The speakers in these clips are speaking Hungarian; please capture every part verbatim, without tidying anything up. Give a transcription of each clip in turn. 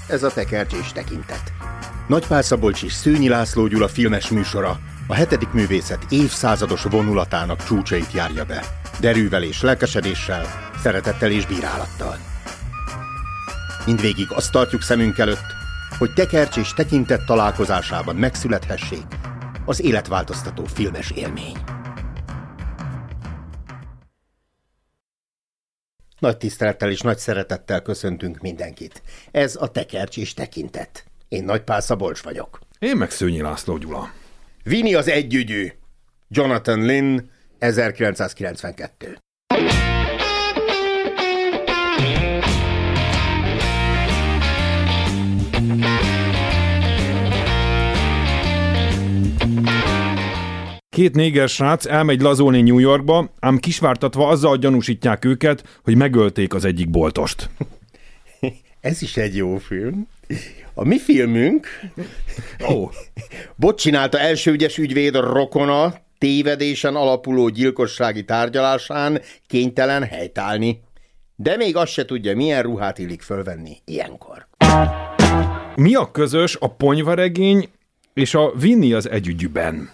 ez a Tekercs és Tekintet. Nagy Pál Szabolcs és Szőnyi László Gyula filmes műsora a hetedik művészet évszázados vonulatának csúcsait járja be. Derűvel és lelkesedéssel, szeretettel és bírálattal. Mindvégig azt tartjuk szemünk előtt, hogy Tekercs és Tekintet találkozásában megszülethessék az életváltoztató filmes élmény. Nagy tisztelettel és nagy szeretettel köszöntünk mindenkit. Ez a Tekercs és Tekintet. Én Nagy Pál Szabolcs vagyok. Én meg Szőnyi László Gyula. Vini az együgyű. Jonathan Lynn, ezerkilencszázkilencvenkettő. Két néger srác elmegy lazulni New Yorkba, ám kisvártatva azzal gyanúsítják őket, hogy megölték az egyik boltost. Ez is egy jó film. A mi filmünk oh. Bot csinálta első ügyes ügyvéd rokona tévedésen alapuló gyilkossági tárgyalásán kénytelen helytállni. De még azt se tudja, milyen ruhát illik fölvenni ilyenkor. Mi a közös a Ponyvaregény és a Vinni az együgyűben?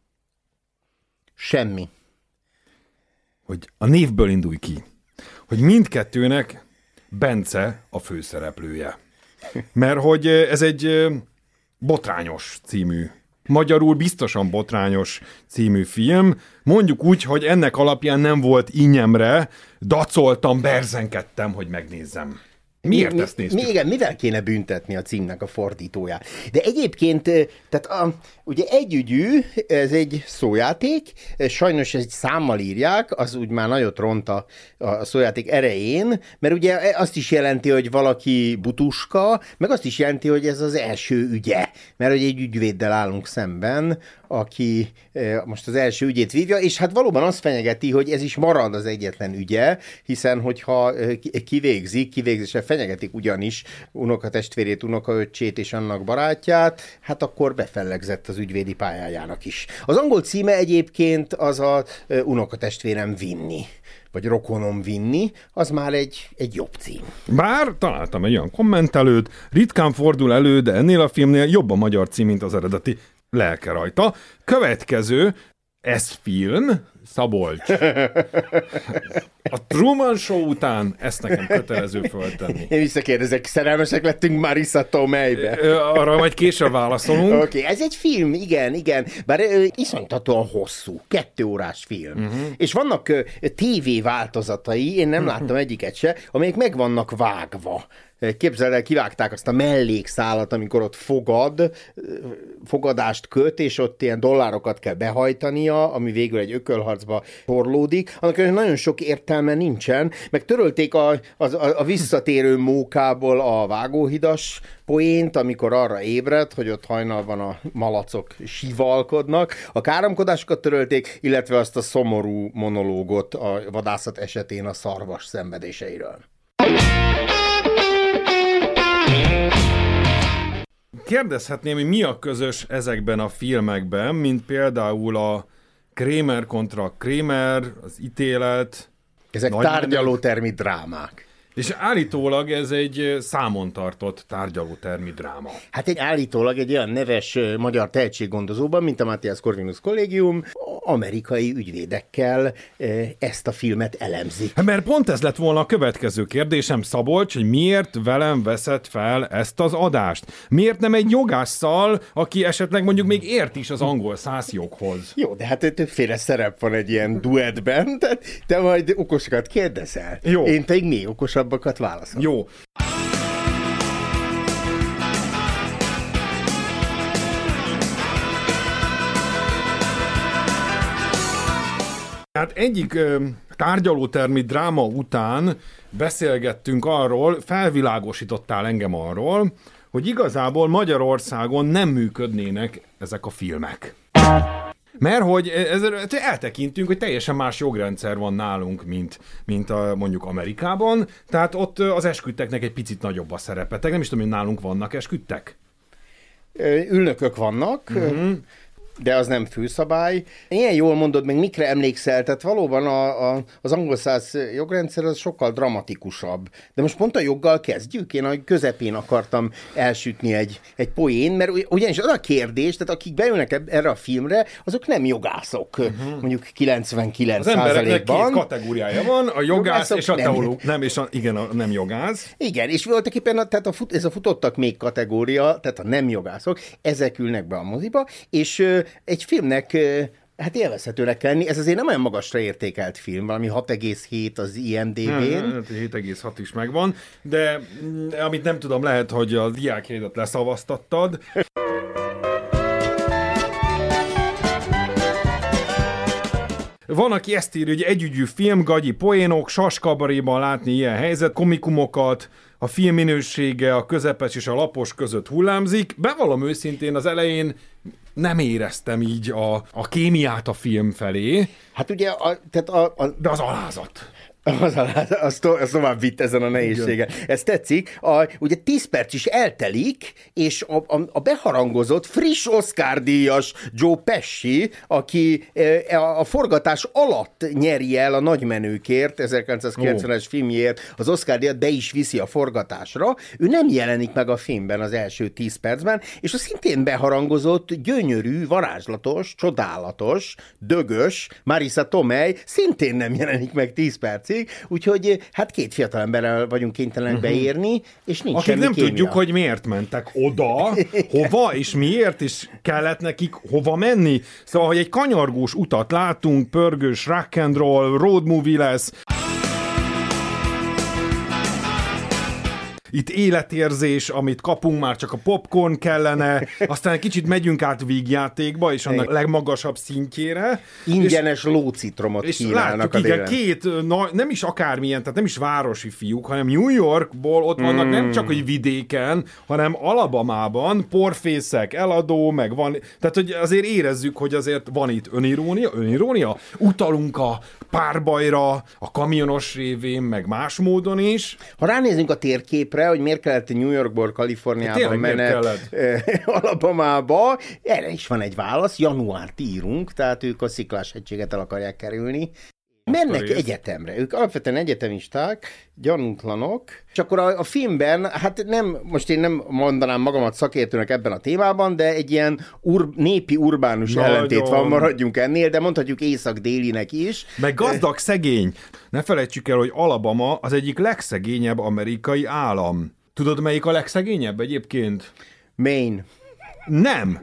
Semmi. Hogy a névből indulj ki. Hogy mindkettőnek Bence a főszereplője. Mert hogy ez egy Botrányos című, magyarul biztosan Botrányos című film. Mondjuk úgy, hogy ennek alapján nem volt ínyemre, dacoltam, berzenkedtem, hogy megnézzem. Miért mi, ezt néztük? Mi, igen, mivel kéne büntetni a címnek a fordítóját? De egyébként, tehát a, ugye együgyű, ez egy szójáték, sajnos egy számmal írják, az úgy már nagyot ront a, a szójáték erején, mert ugye azt is jelenti, hogy valaki butuska, meg azt is jelenti, hogy ez az első ügye, mert hogy egy ügyvéddel állunk szemben, aki most az első ügyét vívja, és hát valóban azt fenyegeti, hogy ez is marad az egyetlen ügye, hiszen hogyha kivégzik, kivégzéssel fenyegetik ugyanis unokatestvérét, unokaöccsét és annak barátját, hát akkor befellegzett az ügyvédi pályájának is. Az angol címe egyébként az a unokatestvérem Vinni, vagy rokonom Vinni, az már egy, egy jobb cím. Bár találtam egy olyan kommentelőt, ritkán fordul elő, de ennél a filmnél jobb a magyar cím, mint az eredeti. Lelke rajta. Következő, ez film, Szabolcs. A Truman Show után ezt nekem kötelező föltenni. Én visszakérdezek, szerelmesek lettünk Marisa Tomeibe? Arra majd később válaszolunk. Oké, okay, ez egy film, igen, igen, bár ö, iszonytatóan hosszú, kettő órás film. Uh-huh. És vannak ö, tévé változatai, én nem uh-huh. láttam egyiket se, amelyek meg vannak vágva. Képzeld el, kivágták azt a mellékszálat, amikor ott fogad, fogadást köt, és ott ilyen dollárokat kell behajtania, ami végül egy ökölharcba torlódik. Annak nagyon sok értelme nincsen, meg törölték a, a, a visszatérő mókából a vágóhidas poént, amikor arra ébred, hogy ott hajnalban a malacok sivalkodnak. A káromkodásokat törölték, illetve azt a szomorú monológot a vadászat esetén a szarvas szenvedéseiről. Kérdezhetném, hogy mi a közös ezekben a filmekben, mint például a Kramer kontra Kramer, az ítélet. Ezek tárgyalótermi drámák. És állítólag ez egy számon tartott tárgyalótermi dráma. Hát egy állítólag egy olyan neves magyar tehetséggondozóban, mint a Matthias Corvinus Collegium, amerikai ügyvédekkel ezt a filmet elemzi. Mert pont ez lett volna a következő kérdésem, Szabolcs, hogy miért velem veszed fel ezt az adást? Miért nem egy jogásszal, aki esetleg mondjuk még ért is az angol százjoghoz? Jó, de hát többféle szerep van egy ilyen duettben, de te majd okosokat kérdezel. Jó. Én pedig még okosabbakat válaszol. Jó. Hát egyik ö, tárgyalótermi dráma után beszélgettünk arról, felvilágosítottál engem arról, hogy igazából Magyarországon nem működnének ezek a filmek. Mert hogy ezzel eltekintünk, hogy teljesen más jogrendszer van nálunk, mint, mint a, mondjuk Amerikában, tehát ott az esküdteknek egy picit nagyobb a szerepetek. Nem is tudom, hogy nálunk vannak esküdtek. Ülnökök vannak, uh-huh. de az nem főszabály. Ilyen jól mondod, meg mikre emlékszel, tehát valóban a, a, az angol száz jogrendszer az sokkal dramatikusabb. De most pont a joggal kezdjük, én a közepén akartam elsütni egy, egy poén, mert ugyanis az a kérdés, tehát akik beülnek erre a filmre, azok nem jogászok, uh-huh. mondjuk kilencvenkilenc százalékban. Az embereknek két kategóriája van, a jogász és a teológus. Nem, és a, igen, a nem jogász. Igen, és voltak éppen a, tehát a fut, ez a futottak még kategória, tehát a nem jogászok, ezek ülnek be a moziba, és ö, egy filmnek ö, hát élvezhetőnek kell lenni. Ez azért nem olyan magasra értékelt film, valami hat egész hét az I M D B-n. hét egész hat is megvan, de amit nem tudom, lehet, hogy a diákjaidat leszavaztattad. Van, aki ezt írja, hogy együgyű film, gagyi poénok, saskabaréban látni ilyen helyzet, komikumokat, a film minősége a közepes és a lapos között hullámzik. Bevallom őszintén, az elején nem éreztem így a, a kémiát a film felé. Hát ugye, a, tehát a, a... de az alázat. Az, az, to, az tovább vitt ezen a nehézségen. Ez tetszik. A, ugye tíz perc is eltelik, és a, a, a beharangozott, friss Oscar-díjas Joe Pesci, aki a, a forgatás alatt nyeri el a nagymenőkért, ezerkilencszázkilencvenes oh. filmjért az Oscar-díjat, be is viszi a forgatásra. Ő nem jelenik meg a filmben az első tíz percben, és a szintén beharangozott, gyönyörű, varázslatos, csodálatos, dögös Marisa Tomei szintén nem jelenik meg tíz percig. Úgyhogy hát két fiatalemberrel vagyunk kénytelenek uh-huh. beérni, és nincs akik semmi nem kémia. Tudjuk, hogy miért mentek oda, hova, és miért, és kellett nekik hova menni. Szóval, hogy egy kanyargós utat látunk, pörgős rock and roll, road movie lesz. Itt életérzés, amit kapunk, már csak a popcorn kellene, aztán egy kicsit megyünk át vígjátékba, és annak legmagasabb szintjére. Ingyenes és, lócitromot és kínálnak látjuk, a igen, két, na, nem is akármilyen, tehát nem is városi fiúk, hanem New Yorkból ott vannak, mm. nem csak hogy vidéken, hanem Alabamában, porfészek, eladó, meg van, tehát hogy azért érezzük, hogy azért van itt önirónia, önirónia, utalunk a párbajra, a kamionos révén, meg más módon is. Ha ránézünk a térképre, hogy miért kellett New Yorkból Kaliforniába menet Alabamába, erre is van egy válasz, januárt írunk, tehát ők a Sziklás-hegységet el akarják kerülni. Mennek egyetemre, ők alapvetően egyetemisták, gyanútlanok, és akkor a, a filmben, hát nem, most én nem mondanám magamat szakértőnek ebben a témában, de egy ilyen ur, népi urbánus Nagyon. ellentét van, maradjunk ennél, de mondhatjuk észak-délinek is. Meg gazdag, szegény. Ne felejtsük el, hogy Alabama az egyik legszegényebb amerikai állam. Tudod, melyik a legszegényebb egyébként? Maine. Nem.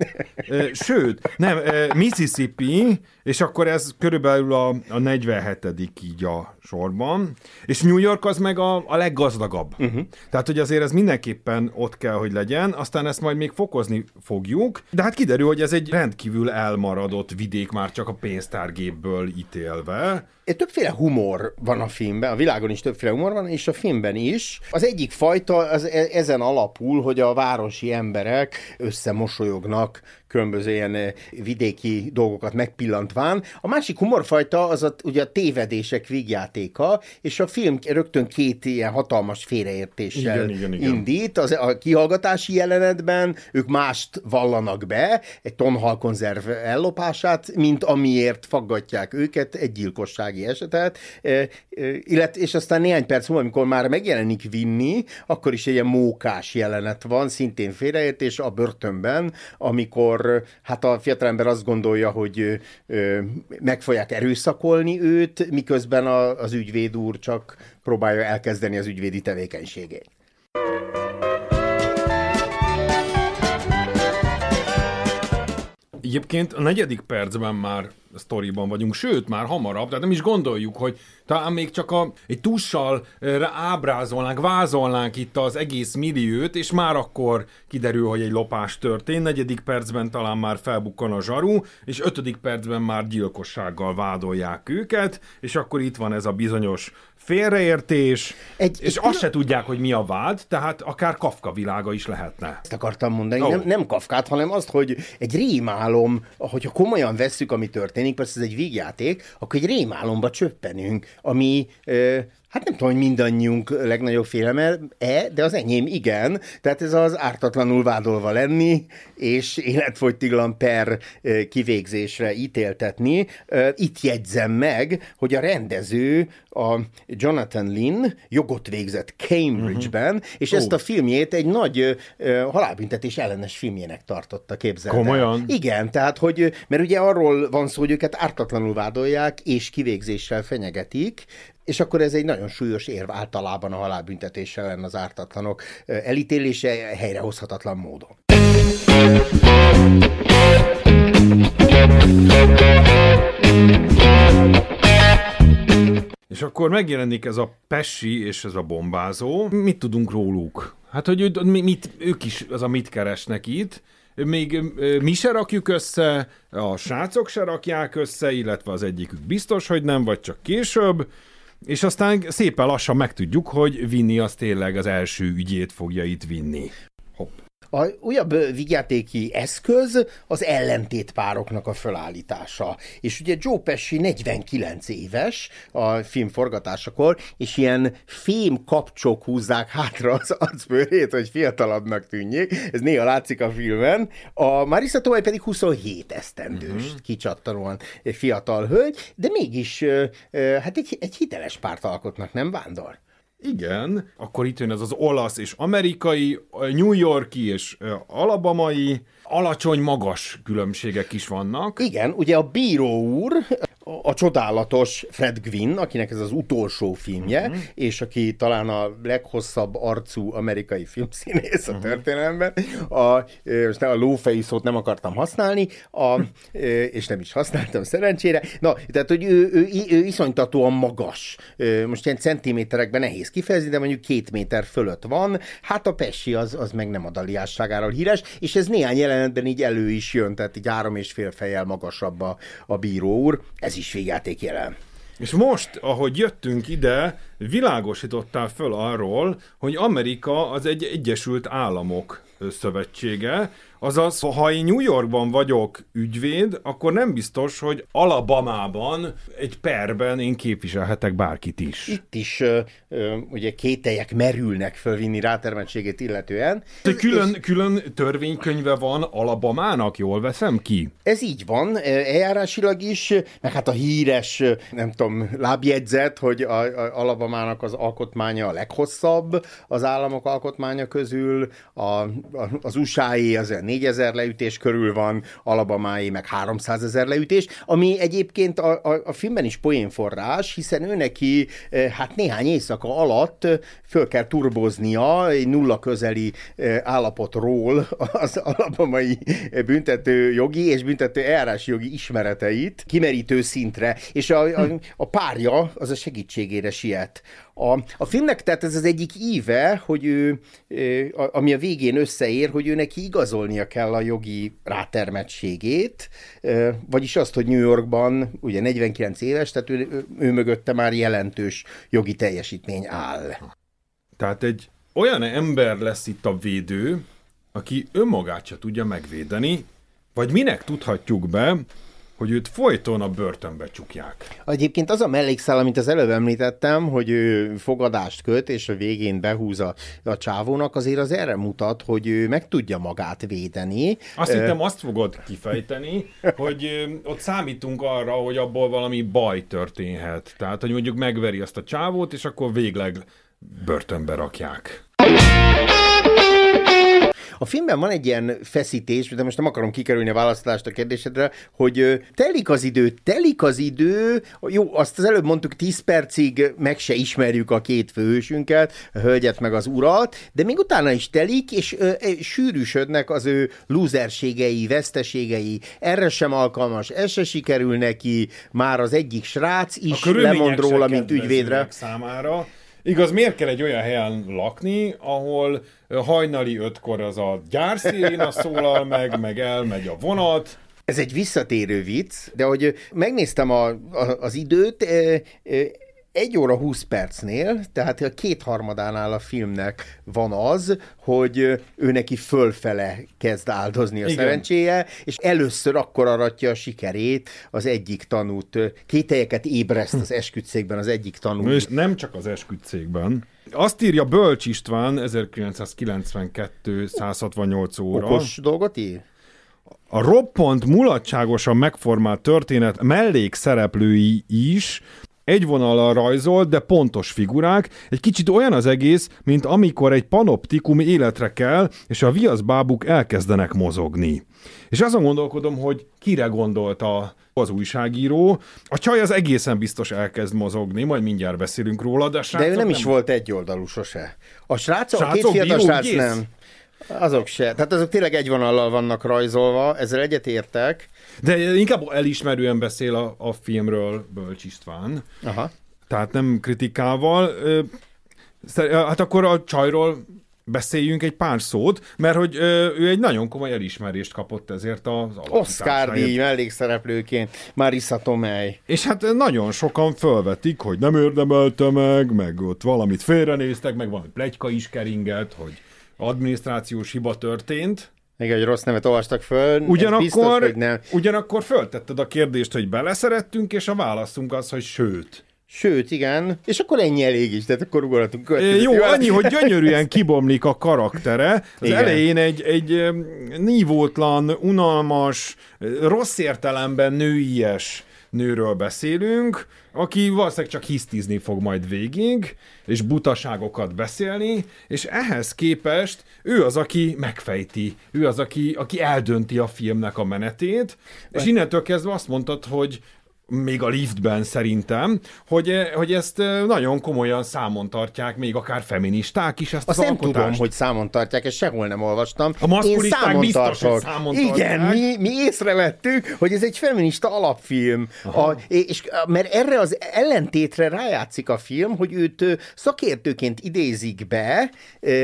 Sőt, nem, Mississippi, és akkor ez körülbelül a, a negyvenhetedik így a sorban, és New York az meg a, a leggazdagabb. Uh-huh. Tehát, hogy azért ez mindenképpen ott kell, hogy legyen, aztán ezt majd még fokozni fogjuk, de hát kiderül, hogy ez egy rendkívül elmaradott vidék már csak a pénztárgépből ítélve. Többféle humor van a filmben, a világon is többféle humor van, és a filmben is. Az egyik fajta az ezen alapul, hogy a városi emberek összemosolyognak különböző ilyen vidéki dolgokat megpillantván. A másik humorfajta az a, ugye a tévedések vígjátéka, és a film rögtön két ilyen hatalmas félreértéssel igen, igen, igen. indít. Az, a kihallgatási jelenetben ők mást vallanak be, egy tonhalkonzerv ellopását, mint amiért faggatják őket, egy gyilkossági esetet, illetve, és aztán néhány perc múlva, amikor már megjelenik Vinni, akkor is egy ilyen mókás jelenet van, szintén félreértés a börtönben, amikor hát a fiatalember azt gondolja, hogy ö, meg fogják erőszakolni őt, miközben a, az ügyvéd úr csak próbálja elkezdeni az ügyvédi tevékenységét. Egyébként a negyedik percben már a sztoriban vagyunk, sőt, már hamarabb, tehát nem is gondoljuk, hogy talán még csak a, egy tussal ábrázolnánk, vázolnánk itt az egész milliót, és már akkor kiderül, hogy egy lopás történt, negyedik percben talán már felbukkan a zsaru, és ötödik percben már gyilkossággal vádolják őket, és akkor itt van ez a bizonyos félreértés, egy, és egy azt se tudják, hogy mi a vád, tehát akár Kafka világa is lehetne. Ezt akartam mondani, oh. nem, nem Kafkát, hanem azt, hogy egy rémálom, hogyha komolyan vesszük, ami történik, persze ez egy vígjáték, akkor egy rémálomba csöppenünk, ami ö, Hát nem tudom, hogy mindannyiunk legnagyobb félelme-e, de az enyém igen. Tehát ez az ártatlanul vádolva lenni, és életfogytiglan per kivégzésre ítéltetni. Itt jegyzem meg, hogy a rendező, a Jonathan Lynn jogot végzett Cambridge-ben, uh-huh. és oh. ezt a filmjét egy nagy halálbüntetés ellenes filmjének tartotta, képzeld el. Komolyan? Igen, tehát, hogy, mert ugye arról van szó, hogy őket ártatlanul vádolják, és kivégzéssel fenyegetik, és akkor ez egy nagyon súlyos érv általában a halálbüntetés ellen az ártatlanok elítélése helyrehozhatatlan módon. És akkor megjelenik ez a Pesci és ez a bombázó. Mit tudunk róluk? Hát, hogy mit, ők is az a mit keresnek itt. Még mi se rakjuk össze, a srácok se rakják össze, illetve az egyikük biztos, hogy nem, vagy csak később. És aztán szépen lassan megtudjuk, hogy Vinni az tényleg az első ügyét fogja itt vinni. Hopp. A újabb vígjátéki eszköz az ellentétpároknak a fölállítása. És ugye Joe Pesci negyvenkilenc éves a film forgatásakor, és ilyen fém kapcsok húzzák hátra az arcbőrét, hogy fiatalabbnak tűnjék. Ez néha látszik a filmen. A Marisa Tomei pedig huszonhét esztendős, uh-huh. kicsattanóan fiatal hölgy, de mégis hát egy, egy hiteles párt alkotnak, nem, Vándor? Igen, akkor itt jön ez az olasz és amerikai, New Yorki és alabamai, alacsony-magas különbségek is vannak. Igen, ugye a bíró úr, a csodálatos Fred Gwynne, akinek ez az utolsó filmje, uh-huh. és aki talán a leghosszabb arcú amerikai filmszínész a uh-huh. történelemben. A, most a lófejű szót nem akartam használni, a, és nem is használtam szerencsére. Na, tehát, hogy ő, ő, ő iszonytatóan magas. Most ilyen centiméterekben nehéz kifejezni, de mondjuk két méter fölött van. Hát a Pesci az, az meg nem a daliásságáról híres, és ez néhány jelenetben így elő is jön, tehát így három és fél fejjel magasabb a, a bíró úr. Ez is végjáték jelen. És most, ahogy jöttünk ide, világosítottál föl arról, hogy Amerika az egy Egyesült Államok szövetsége, azaz, ha én New Yorkban vagyok ügyvéd, akkor nem biztos, hogy Alabamában egy perben én képviselhetek bárkit is. Itt is ö, ö, ugye kételyek merülnek föl Vinni rátermettségét illetően. De külön, és... külön törvénykönyve van Alabamának, jól veszem ki? Ez így van, eljárásilag is, meg hát a híres, nem tudom, lábjegyzet, hogy a, a Alabamának az alkotmánya a leghosszabb az államok alkotmánya közül, a, a, az u es á-é az négyezer leütés körül van, Alabamáé meg háromszázezer leütés, ami egyébként a, a, a filmben is poénforrás, hiszen ő neki hát néhány éjszaka alatt föl kell turboznia egy nulla közeli állapotról az alabamai büntető jogi és büntető eljárási jogi ismereteit kimerítő szintre, és a, a, a párja az a segítségére siet. A, a filmnek tehát ez az egyik íve, hogy ő, ami a végén összeér, hogy ő neki igazolnia kell a jogi rátermettségét, vagyis azt, hogy New Yorkban ugye negyvenkilenc éves, tehát ő, ő, ő mögötte már jelentős jogi teljesítmény áll. Tehát egy olyan ember lesz itt a védő, aki önmagát se tudja megvédeni, vagy minek tudhatjuk be, hogy őt folyton a börtönbe csukják. Egyébként az a mellékszál, amit az előbb említettem, hogy ő fogadást köt, és a végén behúz a, a csávónak, azért az erre mutat, hogy ő meg tudja magát védeni. Azt hittem, azt fogod kifejteni, hogy ott számítunk arra, hogy abból valami baj történhet. Tehát, hogy mondjuk megveri azt a csávót, és akkor végleg börtönbe rakják. A filmben van egy ilyen feszítés, de most nem akarom kikerülni a választást a kérdésedre, hogy telik az idő, telik az idő, jó, azt az előbb mondtuk, tíz percig meg se ismerjük a két főhősünket, a hölgyet meg az urat, de még utána is telik, és ö, ö, sűrűsödnek az ő lúzerségei, veszteségei, erre sem alkalmas, ez se sikerül neki, már az egyik srác is lemond róla, mint ügyvédre. Számára. Igaz, miért kell egy olyan helyen lakni, ahol hajnali ötkor az a gyársziréna szólal meg, meg elmegy a vonat. Ez egy visszatérő vicc, de hogy megnéztem a, a, az időt, e, e, egy óra húsz percnél, tehát a kétharmadánál a filmnek van az, hogy ő neki fölfele kezd áldozni a Igen. szerencséje, és először akkor aratja a sikerét az egyik tanút. Kételyeket ébreszt az esküdtszékben az egyik tanú. És nem csak az esküdtszékben. Azt írja Bölcs István, ezerkilencszázkilencvenkettő száz hatvannyolc óra. Okos dolgot ír? A roppant mulatságosan megformált történet mellékszereplői is egy vonallal rajzolt, de pontos figurák. Egy kicsit olyan az egész, mint amikor egy panoptikum életre kell, és a viaszbábuk elkezdenek mozogni. És azon gondolkodom, hogy kire gondolta az újságíró. A csaj az egészen biztos elkezd mozogni, majd mindjárt beszélünk róla, de a srácok De ő nem, nem is volt egyoldalú sose. A srácok, srácok a két fiatal srác gész? Nem. Azok se. Tehát azok tényleg egy vonallal vannak rajzolva, ezzel egyetértek. De inkább elismerően beszél a, a filmről Bölcs István. Aha. Tehát nem kritikával. Hát akkor a csajról beszéljünk egy pár szót, mert hogy ő egy nagyon komoly elismerést kapott ezért az alakításáért. Oscar-díj mellékszereplőként, Marisa Tomei. És hát nagyon sokan fölvetik, hogy nem érdemelte meg, meg ott valamit félrenéztek, meg valami pletyka is keringett, hogy adminisztrációs hiba történt. Igen, hogy rossz nevet olvastak föl. Ugyanakkor, biztos, hogy nem. ugyanakkor föltetted a kérdést, hogy beleszerettünk, és a válaszunk az, hogy sőt. Sőt, igen. És akkor ennyi elég is, tehát akkor ugorhatunk következő. Jó, annyi, hogy gyönyörűen kibomlik a karaktere. Az igen. elején egy, egy nívótlan, unalmas, rossz értelemben nőies nőről beszélünk, aki valószínűleg csak hisztizni fog majd végig, és butaságokat beszélni, és ehhez képest ő az, aki megfejti, ő az, aki, aki eldönti a filmnek a menetét, és innentől kezdve azt mondtad, hogy még a liftben szerintem, hogy, hogy ezt nagyon komolyan számon tartják, még akár feministák is ezt Azt az nem alkotást. tudom, hogy számon tartják, ezt sehol nem olvastam. A maszkulisták biztos, tartok. hogy számon Igen, mi, mi észrevettük, hogy ez egy feminista alapfilm. A, és, mert erre az ellentétre rájátszik a film, hogy őt szakértőként idézik be,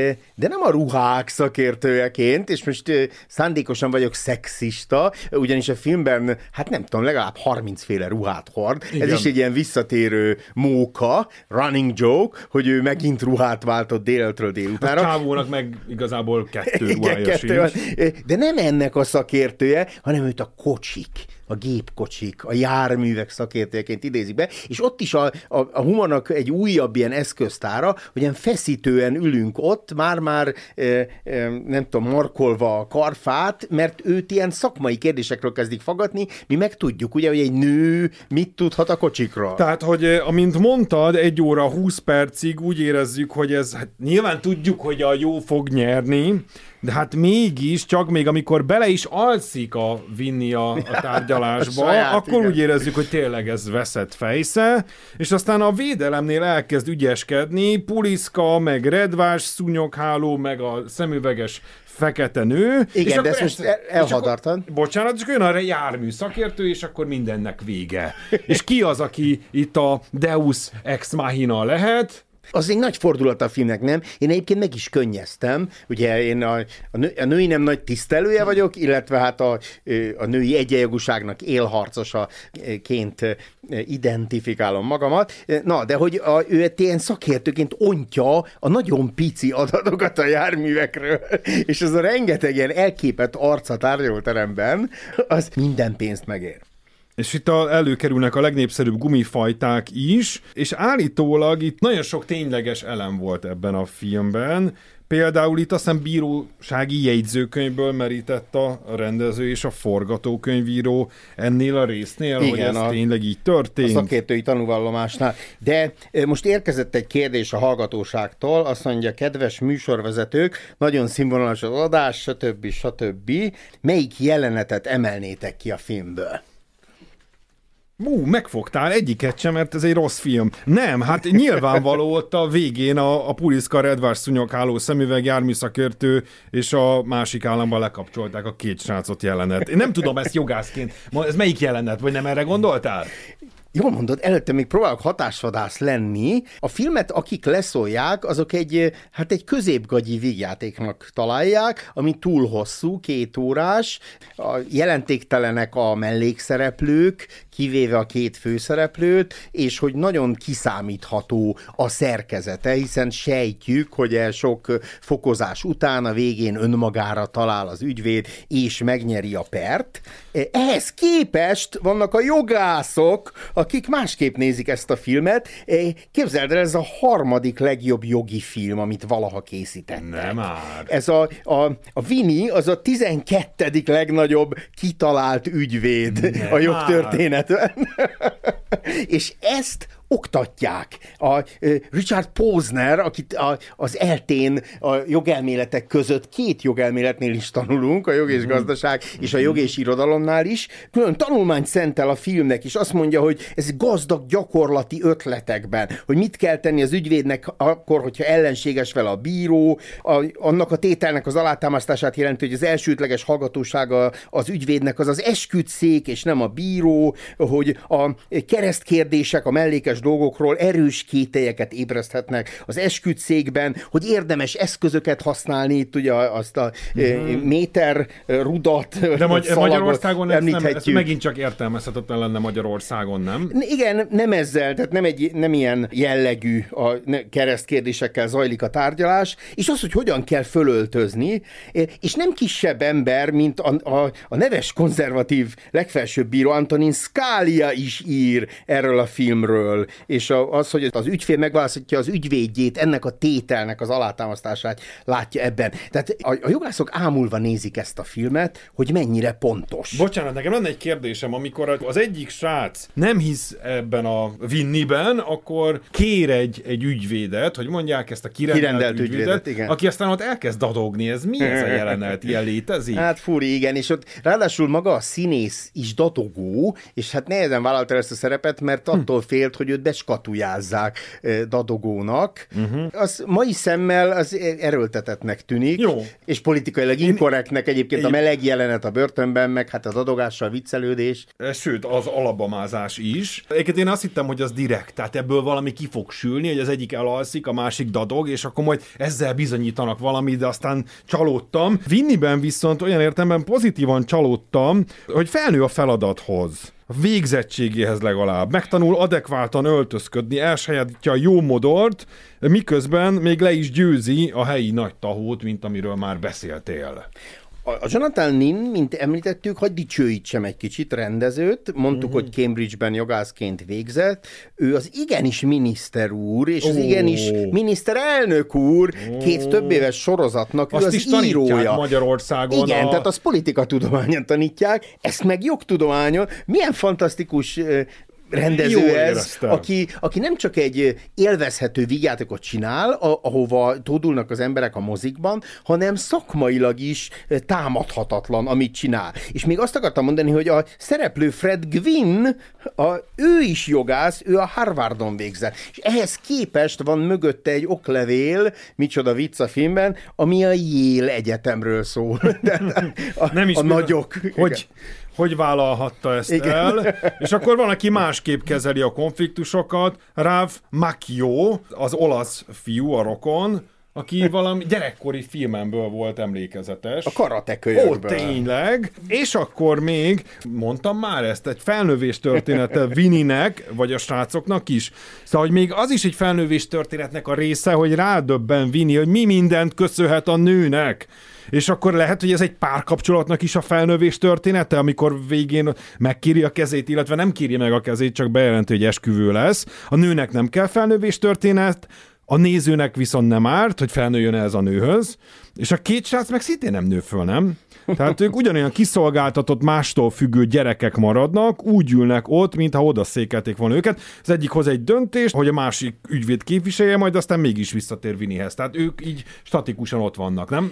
de nem a ruhák szakértőjeként, és most szándékosan vagyok szexista, ugyanis a filmben, hát nem tudom, legalább harmincféle ruhát hord. Igen. Ez is egy ilyen visszatérő móka, running joke, hogy ő megint ruhát váltott délelőttről délutánra. A csávónak meg igazából kettő ruhája sincs. De nem ennek a szakértője, hanem őt a kocsik, a gépkocsik, a járművek szakértőjeként idézik be, és ott is a, a, a humornak egy újabb ilyen eszköztára, hogy ilyen feszítően ülünk ott, már-már e, e, nem tudom, markolva a karfát, mert őt ilyen szakmai kérdésekről kezdik faggatni, mi meg tudjuk, ugye, hogy egy nő mit tudhat a kocsikról. Tehát, hogy amint mondtad, egy óra húsz percig úgy érezzük, hogy ez, hát nyilván tudjuk, hogy a jó fog nyerni, de hát mégis, csak még amikor bele is alszik a vinni a, a tárgyalásba, saját, akkor igen. úgy érezzük, hogy tényleg ez veszett fejsze, és aztán a védelemnél elkezd ügyeskedni, puliszka, meg redvás szúnyogháló, meg a szemüveges fekete nő. Igen, de ezt most elhadartad. Bocsánat, és jön arra jármű szakértő, és akkor mindennek vége. És ki az, aki itt a Deus ex machina lehet? Az egy nagy fordulat a filmnek, nem? Én egyébként meg is könnyeztem. Ugye én a, a, nő, a női nem nagy tisztelője vagyok, illetve hát a, a női egyenjogúságnak élharcosaként identifikálom magamat. Na, de hogy a, ő ilyen szakértőként ontja a nagyon pici adatokat a járművekről, és az a rengeteg ilyen elképett arc a tárgyalóteremben, az minden pénzt megér. És itt a, előkerülnek a legnépszerűbb gumifajták is, és állítólag itt nagyon sok tényleges elem volt ebben a filmben. Például itt azt hiszem bírósági jegyzőkönyvből merített a rendező és a forgatókönyvíró ennél a résznél, igen, hogy ez a, tényleg így történt. A szakértői tanúvallomásnál. De most érkezett egy kérdés a hallgatóságtól, azt mondja, kedves műsorvezetők, nagyon színvonalas az adás, stb. stb. Melyik jelenetet emelnétek ki a filmből? Ú, megfogtál egyiket sem, mert ez egy rossz film. Nem, hát nyilvánvaló ott a végén a, a puliszka redvás szúnyogháló szemüveg járműszakértő és a másik államban lekapcsolták a két srácot jelenet. Én nem tudom ezt jogászként. Ez melyik jelenet, vagy nem erre gondoltál? Jól mondod, előtte még próbálok hatásvadász lenni. A filmet, akik leszólják, azok egy, hát egy középgagyi vígjátéknak találják, ami túl hosszú, két órás, a jelentéktelenek a mellékszereplők, kivéve a két főszereplőt, és hogy nagyon kiszámítható a szerkezete, hiszen sejtjük, hogy el sok fokozás után a végén önmagára talál az ügyvéd, és megnyeri a pert. Ehhez képest vannak a jogászok, akik másképp nézik ezt a filmet. Képzeld el, ez a harmadik legjobb jogi film, amit valaha készítettek. Nem már. Ez a, a, a Vinny, az a tizenkettedik legnagyobb kitalált ügyvéd Nem a jogtörténetben. És ezt oktatják. A Richard Posner, akit a, az eltén a jogelméletek között két jogelméletnél is tanulunk, a jog és gazdaság és a jog és irodalomnál is, külön tanulmányt szentel a filmnek, és azt mondja, hogy ez gazdag gyakorlati ötletekben, hogy mit kell tenni az ügyvédnek akkor, hogyha ellenséges vele a bíró, a, annak a tételnek az alátámasztását jelenti, hogy az elsődleges hallgatósága az ügyvédnek az az esküdtszék, és nem a bíró, hogy a keresztkérdések, a mellékes dolgokról erős kételyeket ébreszthetnek az esküdtszékben, hogy érdemes eszközöket használni, itt ugye azt a mm-hmm. méter rudat, de Magy- Magyarországon ez, nem, ez megint csak értelmezhetetlen lenne Magyarországon, nem? Igen, nem ezzel, tehát nem, egy, nem ilyen jellegű a keresztkérdésekkel zajlik a tárgyalás, és az, hogy hogyan kell fölöltözni, és nem kisebb ember, mint a, a, a neves konzervatív legfelsőbb bíró Antonin Scalia is ír erről a filmről, és az, hogy az ügyfél megválasztja az ügyvédjét, ennek a tételnek az alátámasztását látja ebben. Tehát a, a jogászok ámulva nézik ezt a filmet, hogy mennyire pontos. Bocsánat, nekem lenne egy kérdésem, amikor az egyik srác nem hisz ebben a Vinnyben, akkor kér egy, egy ügyvédet, hogy mondják ezt a kirendelt, kirendelt ügyvédet, ügyvédet igen. Aki aztán ott elkezd dadogni. Ez mi ez a jelenet? Ilyen létezik? Hát furi, igen, és ott ráadásul maga a színész is dadogó, és hát nehezen vállalta ezt a szerepet, mert attól félt, hogy őt beskatujázzák dadogónak. Uh-huh. Az mai szemmel az erőltetetnek tűnik, jó. És politikailag inkorrektnek egyébként a meleg jelenet a börtönben, meg hát a dadogással viccelődés. Sőt, az alabamázás is. Egyébként én azt hittem, hogy az direkt, tehát ebből valami ki fog sülni, hogy az egyik elalszik, a másik dadog, és akkor majd ezzel bizonyítanak valamit, de aztán csalódtam. Vinnyben viszont olyan értelemben pozitívan csalódtam, hogy felnő a feladathoz. A végzettségéhez legalább. Megtanul adekváltan öltözködni, elsajátítja a jó modort, miközben még le is győzi a helyi nagy tahót, mint amiről már beszéltél. A Jonathan Lynn, mint említettük, hogy dicsőítsem egy kicsit rendezőt, mondtuk, uh-huh. hogy Cambridge-ben jogászként végzett, ő az igenis miniszter úr, és oh. az igenis miniszterelnök úr két oh. több éves sorozatnak, azt ő az is írója. Magyarországon. Igen, a... tehát azt politikatudományon tanítják, ezt meg jogtudományon. Milyen fantasztikus rendező Jól ez, éreztem. aki, aki nem csak egy élvezhető vígjátékot csinál, ahova tódulnak az emberek a mozikban, hanem szakmailag is támadhatatlan, amit csinál. És még azt akartam mondani, hogy a szereplő Fred Gwynn, a, ő is jogász, ő a Harvardon végzett. És ehhez képest van mögötte egy oklevél, micsoda vicc a filmben, ami a Yale Egyetemről szól. a, nem is a nagyok. Hogy... hogy vállalhatta ezt igen. el, és akkor van, aki másképp kezeli a konfliktusokat. Ralph Macchio, az olasz fiú, a rokon, aki valami gyerekkori filmemből volt emlékezetes. A karate kölyökből. Ó, tényleg. És akkor még, mondtam már ezt, egy felnővés története Vinnynek, vagy a srácoknak is. Szóval, hogy még az is egy felnővés történetnek a része, hogy rádöbben Vinny, hogy mi mindent köszönhet a nőnek. És akkor lehet, hogy ez egy párkapcsolatnak is a felnövés története, amikor végén megkéri a kezét, illetve nem kéri meg a kezét, csak bejelenti, hogy esküvő lesz. A nőnek nem kell felnövés történet, a nézőnek viszont nem árt, hogy felnőjön ez a nőhöz, és a két srác meg szintén nem nő föl, nem? Tehát ők ugyanolyan kiszolgáltatott, mástól függő gyerekek maradnak, úgy ülnek ott, mintha odaszékelték volna őket. Az egyik hoz egy döntést, hogy a másik ügyvéd képviselje, majd aztán mégis visszatér Vinnyhez. Tehát ők így statikusan ott vannak, nem?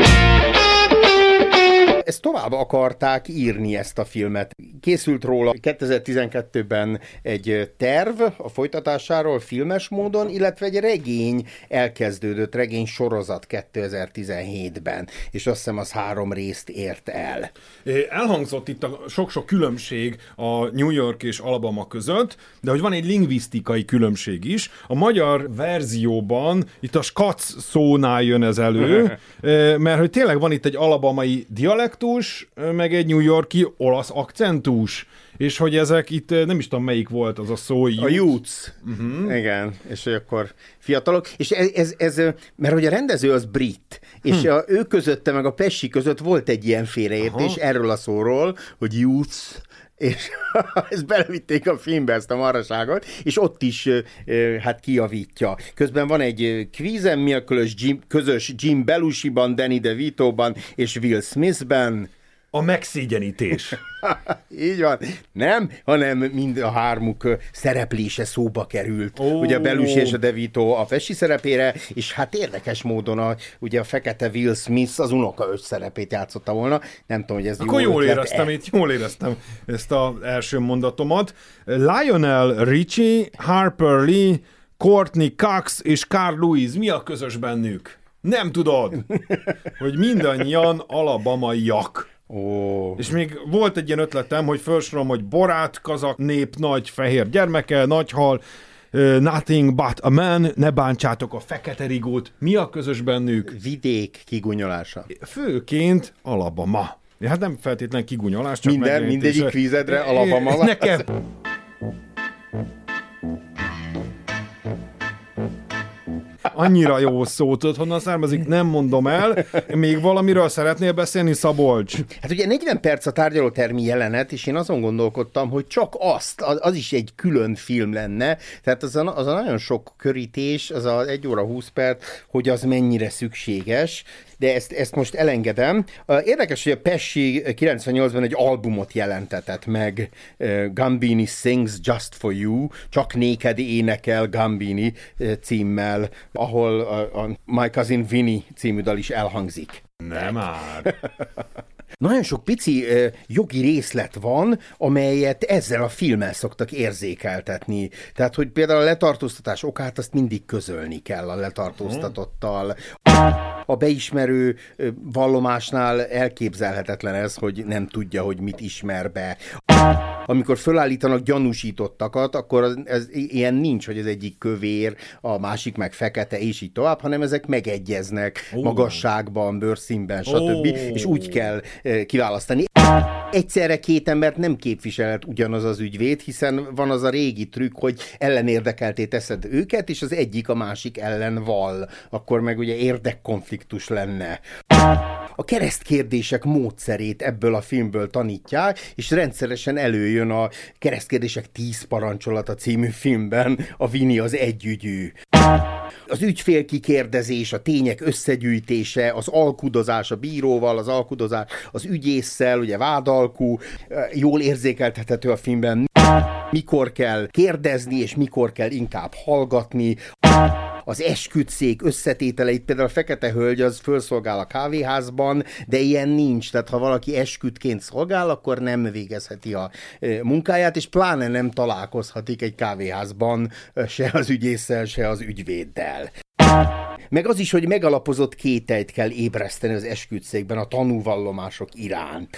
Ezt tovább akarták írni, ezt a filmet. Készült róla kétezer-tizenkettőben egy terv a folytatásáról filmes módon, illetve egy regény elkezdődött, regény sorozat kétezer-tizenhétben, és azt hiszem az három részt ért el. Elhangzott itt a sok-sok különbség a New York és Alabama között, de hogy van egy lingvisztikai különbség is. A magyar verzióban itt a skac szónál jön ez elő, mert hogy tényleg van itt egy alabamai dialektus, dialektus, meg egy New Yorki olasz akcentus, és hogy ezek itt, nem is tudom melyik volt az a szó. A youths. Uh-huh. Igen, és akkor fiatalok, és ez, ez, ez, mert hogy a rendező az brit, és hm. a, ő közötte meg a Pesci között volt egy ilyen félreértés Aha. erről a szóról, hogy youths, és ezt belevitték a filmbe, ezt a marhaságot, és ott is hát kijavítja. Közben van egy Quizen Milkölös Jim, közös Jim Belushiban, Danny DeVito-ban és Will Smith-ben. A megszégyenítés. Így van. Nem, hanem mind a hármuk szereplése szóba került. Oh. Ugye a Belushi és a DeVito a Pesci szerepére, és hát érdekes módon a, ugye a fekete Will Smith az unokaöcs szerepét játszotta volna. Nem tudom, hogy ez Akkor jól, jól éreztem, itt jól éreztem ezt az első mondatomat. Lionel Richie, Harper Lee, Courtney Cox és Carl Lewis. Mi a közös bennük? Nem tudod, hogy mindannyian alabamaiak. Oh. És még volt egy ilyen ötletem, hogy felsorolom, hogy Borát, kazak nép, nagy fehér gyermeke, nagy hal, uh, Nothing but a man, ne bántsátok a fekete rigót. Mi a közös bennük? Vidék kigunyolása. Főként Alabama. Hát nem feltétlen kigunyolás, csak minden, mindegyik kvízedre Alabama. Nekem... Annyira jó szó, tudod, honnan származik, nem mondom el. Még valamiről szeretnél beszélni, Szabolcs? Hát ugye negyven perc a tárgyalótermi jelenet, és én azon gondolkodtam, hogy csak azt, az, az is egy külön film lenne, tehát az a, az a nagyon sok körítés, az az egy óra húsz perc, hogy az mennyire szükséges, de ezt, ezt most elengedem. Érdekes, hogy a Pesci kilencvennyolcban egy albumot jelentetett meg, Gambini Sings Just For You, csak néked énekel Gambini címmel, ahol a, a My Cousin Vinny című dal is elhangzik. Nem már. Nagyon sok pici uh, jogi részlet van, amelyet ezzel a filmmel szoktak érzékeltetni. Tehát, hogy például a letartóztatás okát azt mindig közölni kell a letartóztatottal. A beismerő uh, vallomásnál elképzelhetetlen ez, hogy nem tudja, hogy mit ismer be. Amikor fölállítanak gyanúsítottakat, akkor ez ilyen nincs, hogy az egyik kövér, a másik meg fekete, és így tovább, hanem ezek megegyeznek oh. magasságban, bőrszínben, stb. Oh. És úgy kell e, kiválasztani. Egyszerre két embert nem képviselhet ugyanaz az ügyvéd, hiszen van az a régi trükk, hogy ellenérdekelté teszed őket, és az egyik a másik ellen vall. Akkor meg ugye érdekkonfliktus lenne. A keresztkérdések módszerét ebből a filmből tanítják, és rendszeresen előjön a Keresztkérdések tíz parancsolata című filmben a Vinny az együgyű. Az ügyfélkikérdezés, a tények összegyűjtése, az alkudozás a bíróval, az alkudozás az ügyésszel, ugye vádalkú, jól érzékeltethető a filmben, mikor kell kérdezni, és mikor kell inkább hallgatni. Az esküdtszék összetételeit, például a fekete hölgy az fölszolgál a kávéházban, de ilyen nincs, tehát ha valaki esküdtként szolgál, akkor nem végezheti a munkáját, és pláne nem találkozhatik egy kávéházban se az ügyésszel, se az ügyvéddel. Meg az is, hogy megalapozott kételyt kell ébreszteni az esküdtszékben a tanúvallomások iránt.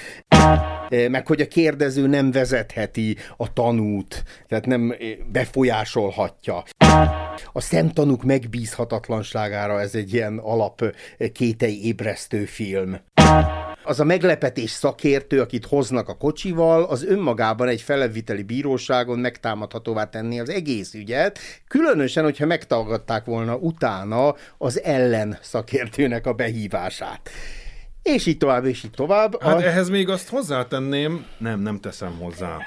Meg hogy a kérdező nem vezetheti a tanút, tehát nem befolyásolhatja. A szemtanúk megbízhatatlanságára ez egy ilyen alap kétely ébresztő film. Az a meglepetés szakértő, akit hoznak a kocsival, az önmagában egy feleviteli bíróságon megtámadhatóvá tenni az egész ügyet, különösen, hogyha megtagadták volna utána az ellen szakértőnek a behívását. És így tovább, és így tovább. Hát a... ehhez még azt hozzátenném, nem, nem teszem hozzá.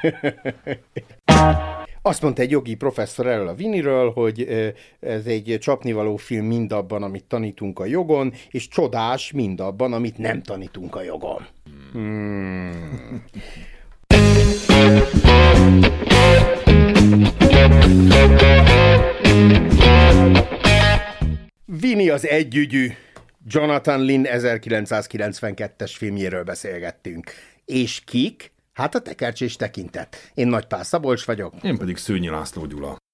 Azt mondta egy jogi professzor erről a Vinnyről, hogy ez egy csapnivaló film mindabban, amit tanítunk a jogon, és csodás mindabban, amit nem tanítunk a jogon. Hmm. Vinny az együgyű. Jonathan Lynn ezerkilencszázkilencvenkettes filmjéről beszélgettünk. És kik? Hát a tekercs és tekintet. Én Nagy Pál Szabolcs vagyok. Én pedig Szőnyi László Gyula.